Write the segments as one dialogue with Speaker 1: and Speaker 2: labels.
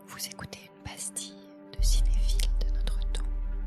Speaker 1: Vous écoutez une pastille de cinéphile de notre temps.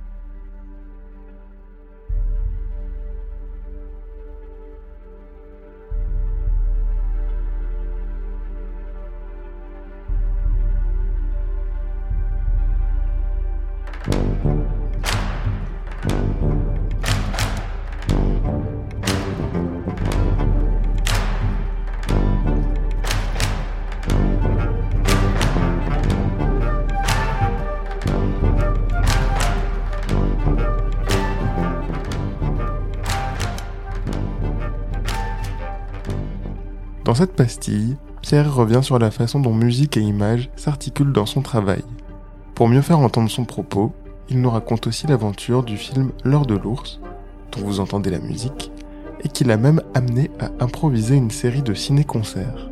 Speaker 2: Dans cette pastille, Pierre revient sur la façon dont musique et image s'articulent dans son travail. Pour mieux faire entendre son propos, il nous raconte aussi l'aventure du film L'heure de l'ours, dont vous entendez la musique, et qui l'a même amené à improviser une série de ciné-concerts.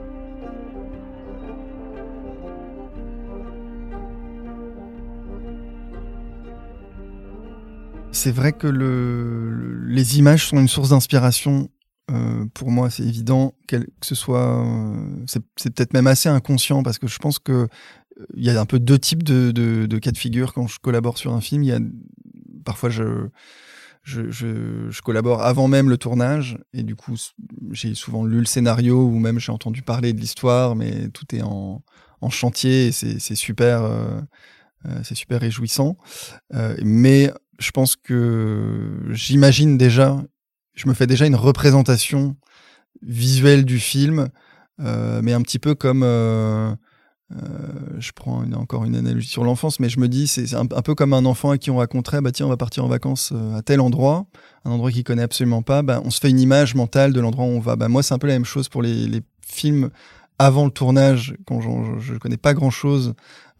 Speaker 3: C'est vrai que les images sont une source d'inspiration. Pour moi, c'est évident que ce soit... c'est peut-être même assez inconscient, parce que je pense qu'il y a un peu deux types de cas de figure quand je collabore sur un film. Parfois, je collabore avant même le tournage, et du coup, j'ai souvent lu le scénario, ou même j'ai entendu parler de l'histoire, mais tout est en chantier, et c'est super réjouissant. Mais je pense que je me fais déjà une représentation visuelle du film, mais un petit peu comme... je prends encore une analogie sur l'enfance, mais je me dis, c'est un peu comme un enfant à qui on raconterait, tiens, on va partir en vacances à tel endroit, un endroit qu'il connaît absolument pas, on se fait une image mentale de l'endroit où on va. Moi, c'est un peu la même chose pour les films avant le tournage, quand je connais pas grand-chose,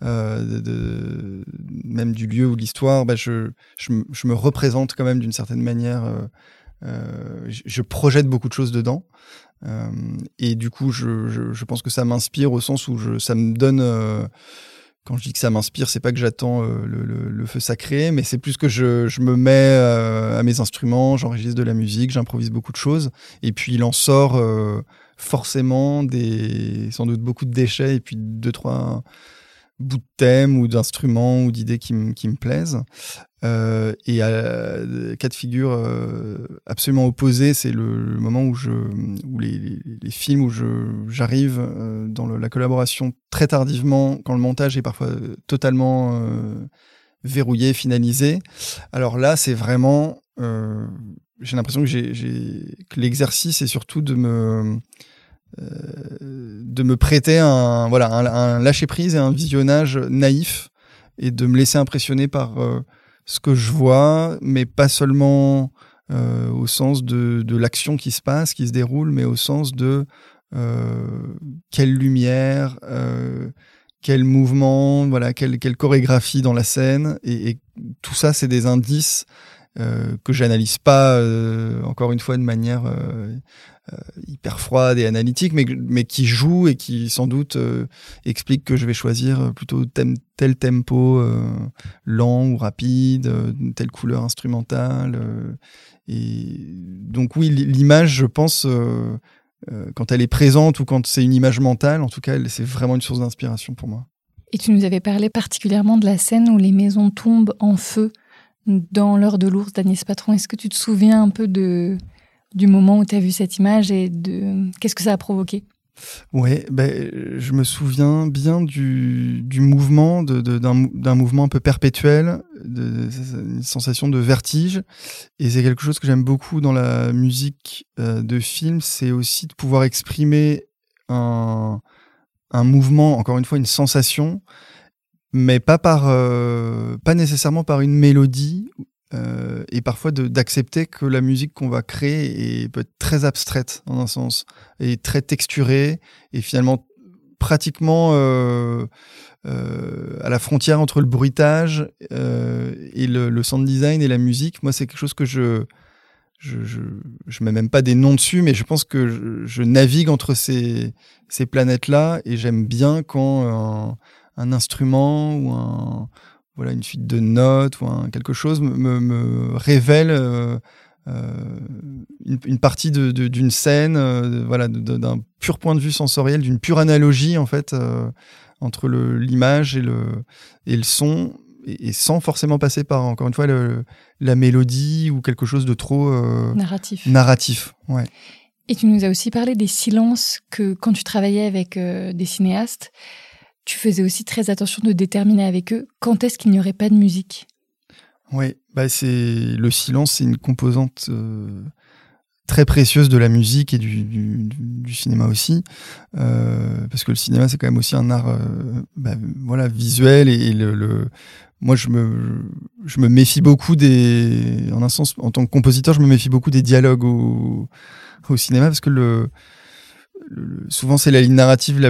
Speaker 3: même du lieu ou de l'histoire, je me représente quand même d'une certaine manière... je projette beaucoup de choses dedans, et du coup je pense que ça m'inspire, au sens où ça me donne, quand je dis que ça m'inspire, c'est pas que j'attends le feu sacré, mais c'est plus que je me mets à mes instruments, j'enregistre de la musique, j'improvise beaucoup de choses, et puis il en sort forcément sans doute beaucoup de déchets, et puis 2-3 bouts de thème ou d'instruments ou d'idées qui me plaisent. Et cas de figure absolument opposé, c'est le moment où les films où j'arrive dans la collaboration très tardivement, quand le montage est parfois totalement verrouillé, finalisé. Alors là, c'est vraiment... j'ai l'impression que l'exercice est surtout de me prêter un lâcher-prise et un visionnage naïf, et de me laisser impressionner par ce que je vois, mais pas seulement au sens de l'action qui se passe, qui se déroule, mais au sens de quelle lumière, quel mouvement, quelle chorégraphie dans la scène, et tout ça, c'est des indices que j'analyse pas, encore une fois, de manière hyper froide et analytique, mais qui joue et qui sans doute explique que je vais choisir plutôt tel tempo lent ou rapide, telle couleur instrumentale. Et donc oui, l'image, je pense, quand elle est présente ou quand c'est une image mentale, en tout cas, c'est vraiment une source d'inspiration pour moi.
Speaker 1: Et tu nous avais parlé particulièrement de la scène où les maisons tombent en feu dans L'heure de l'ours d'Agnès Patron. Est-ce que tu te souviens un peu du moment où tu as vu cette image et de qu'est-ce que ça a provoqué ?
Speaker 3: Ouais, je me souviens bien du mouvement, d'un mouvement un peu perpétuel, une sensation de vertige. Et c'est quelque chose que j'aime beaucoup dans la musique de film, c'est aussi de pouvoir exprimer un mouvement, encore une fois, une sensation, mais pas nécessairement par une mélodie. Et parfois d'accepter que la musique qu'on va créer peut être très abstraite en un sens, et très texturée, et finalement pratiquement à la frontière entre le bruitage et le sound design et la musique. Moi, c'est quelque chose que je mets même pas des noms dessus, mais je pense que je navigue entre ces planètes-là, et j'aime bien quand un instrument ou une suite de notes ou quelque chose me révèle une partie d'une scène, d'un pur point de vue sensoriel, d'une pure analogie en fait, entre l'image et le son, et sans forcément passer par, encore une fois, la mélodie ou quelque chose de trop narratif. Ouais.
Speaker 1: Et tu nous as aussi parlé des silences que, quand tu travaillais avec des cinéastes, tu faisais aussi très attention de déterminer avec eux quand est-ce qu'il n'y aurait pas de musique.
Speaker 3: Oui, le silence, c'est une composante très précieuse de la musique et du cinéma aussi, parce que le cinéma, c'est quand même aussi un art visuel, et moi, je me méfie beaucoup en un sens, en tant que compositeur, je me méfie beaucoup des dialogues au cinéma, parce que souvent c'est la ligne narrative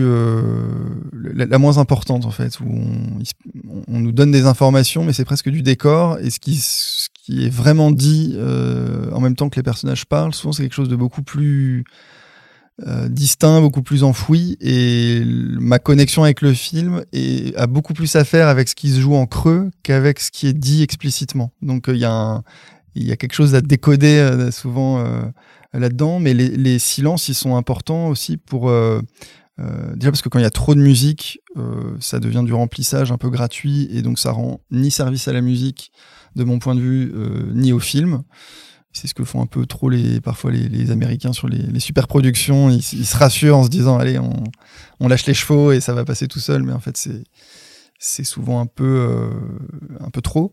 Speaker 3: la moins importante, en fait, où on nous donne des informations, mais c'est presque du décor, et ce qui est vraiment dit en même temps que les personnages parlent, souvent c'est quelque chose de beaucoup plus distinct, beaucoup plus enfoui, et ma connexion avec le film a beaucoup plus à faire avec ce qui se joue en creux qu'avec ce qui est dit explicitement. Donc il y a quelque chose à décoder souvent là-dedans, mais les silences, ils sont importants aussi pour déjà parce que quand il y a trop de musique, ça devient du remplissage un peu gratuit, et donc ça rend ni service à la musique de mon point de vue, ni au film. C'est ce que font un peu trop parfois les Américains sur les super productions. Ils se rassurent en se disant allez, on lâche les chevaux et ça va passer tout seul, mais en fait c'est souvent un peu trop.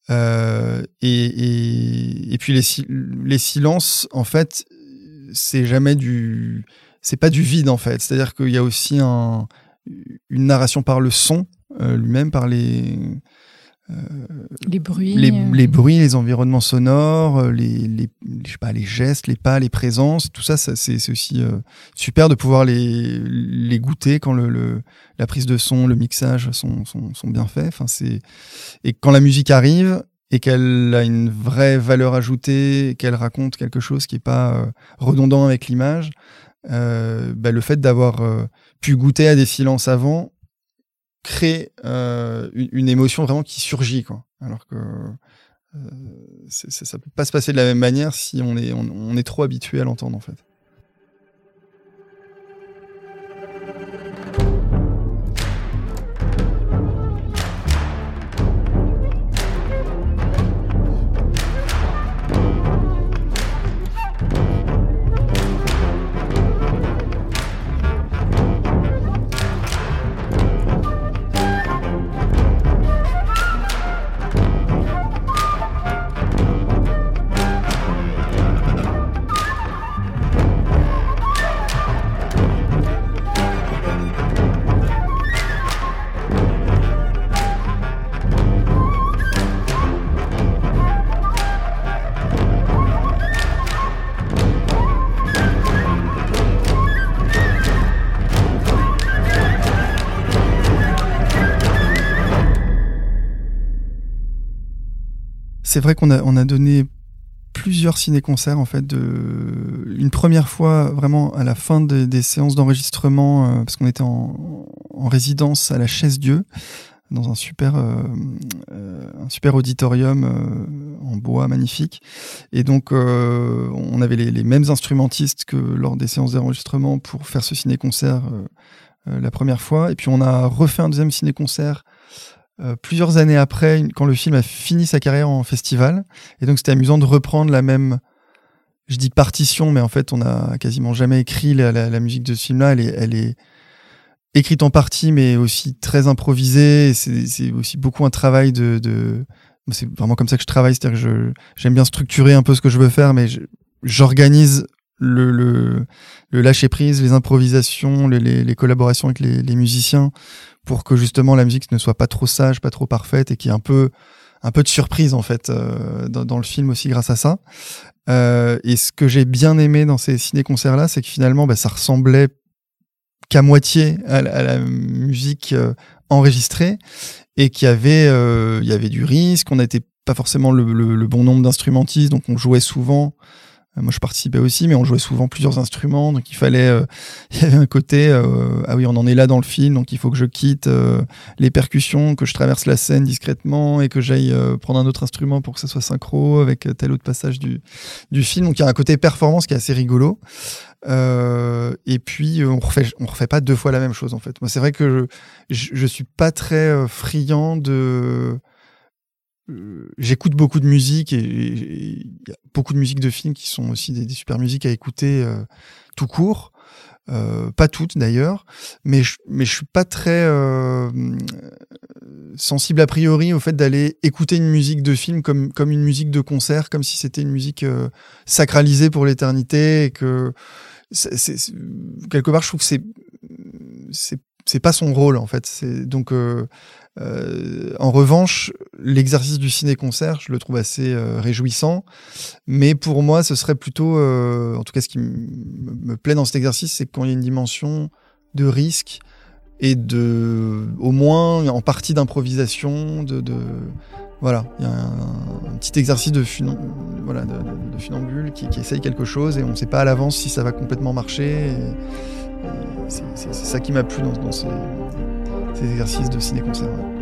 Speaker 3: Et puis les silences, en fait, c'est pas du vide, en fait. C'est-à-dire qu'il y a aussi une narration par le son lui-même, par les
Speaker 1: bruits,
Speaker 3: les bruits, les environnements sonores, les gestes, les pas, les présences, tout ça, c'est aussi super de pouvoir les goûter quand la prise de son, le mixage sont bien faits. Enfin, et quand la musique arrive et qu'elle a une vraie valeur ajoutée, qu'elle raconte quelque chose qui est pas redondant avec l'image, le fait d'avoir pu goûter à des silences avant crée une émotion vraiment qui surgit, quoi. Alors que ça peut pas se passer de la même manière si on est trop habitué à l'entendre, en fait. C'est vrai qu'on a donné plusieurs ciné-concerts, en fait, une première fois vraiment à la fin des séances d'enregistrement, parce qu'on était en résidence à la Chaise-Dieu, dans un super auditorium en bois magnifique. Et donc, on avait les mêmes instrumentistes que lors des séances d'enregistrement pour faire ce ciné-concert la première fois. Et puis, on a refait un deuxième ciné-concert plusieurs années après, quand le film a fini sa carrière en festival. Et donc, c'était amusant de reprendre la même, je dis partition, mais en fait, on n'a quasiment jamais écrit la musique de ce film-là. Elle est écrite en partie, mais aussi très improvisée. Et c'est aussi beaucoup un travail c'est vraiment comme ça que je travaille. C'est-à-dire que j'aime bien structurer un peu ce que je veux faire, mais j'organise le lâcher-prise, les improvisations, les collaborations avec les musiciens, pour que justement la musique ne soit pas trop sage, pas trop parfaite, et qu'il y ait un peu de surprise, en fait, dans le film aussi grâce à ça. Et ce que j'ai bien aimé dans ces ciné-concerts-là, c'est que finalement, ça ressemblait qu'à moitié à la musique enregistrée, et qu'il y avait du risque. On n'était pas forcément le bon nombre d'instrumentistes, donc on jouait souvent Moi, je participais aussi, mais on jouait souvent plusieurs instruments, donc il fallait, il y avait un côté, ah oui, on en est là dans le film, donc il faut que je quitte les percussions, que je traverse la scène discrètement et que j'aille prendre un autre instrument pour que ça soit synchro avec tel autre passage du film. Donc il y a un côté performance qui est assez rigolo. Et puis on refait pas 2 fois la même chose en fait. Moi, c'est vrai que je suis pas très friand de. J'écoute beaucoup de musique et il y a beaucoup de musiques de films qui sont aussi des super musiques à écouter tout court. Pas toutes d'ailleurs, mais je suis pas très sensible a priori au fait d'aller écouter une musique de film comme une musique de concert, comme si c'était une musique sacralisée pour l'éternité et que quelque part je trouve que c'est pas son rôle en fait. Donc en revanche, l'exercice du ciné-concert, je le trouve assez réjouissant, mais pour moi, ce serait plutôt, en tout cas, ce qui me plaît dans cet exercice, c'est quand il y a une dimension de risque et au moins en partie d'improvisation, voilà, il y a un petit exercice de funambule qui essaye quelque chose et on ne sait pas à l'avance si ça va complètement marcher. C'est ça qui m'a plu dans ces exercices de ciné-concert. Ouais.